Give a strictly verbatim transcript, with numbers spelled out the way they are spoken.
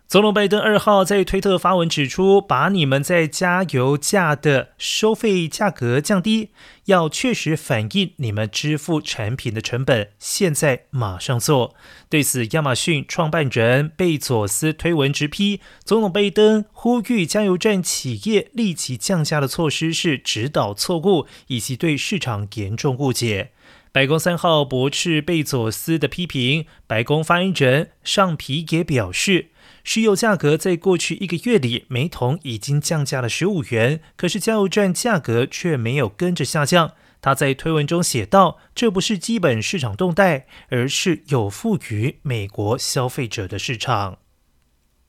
总统拜登二号在推特发文指出，把你们在加油价的收费价格降低，要确实反映你们支付产品的成本，现在马上做。对此，亚马逊创办人贝佐斯推文直批，总统拜登呼吁加油站企业立即降价的措施是指导错误，以及对市场严重误解。白宫三号驳斥贝佐斯的批评，白宫发言人尚皮也表示，石油价格在过去一个月里每桶已经降价了十五元，可是加油站价格却没有跟着下降。他在推文中写道，这不是基本市场动态，而是有负于美国消费者的市场。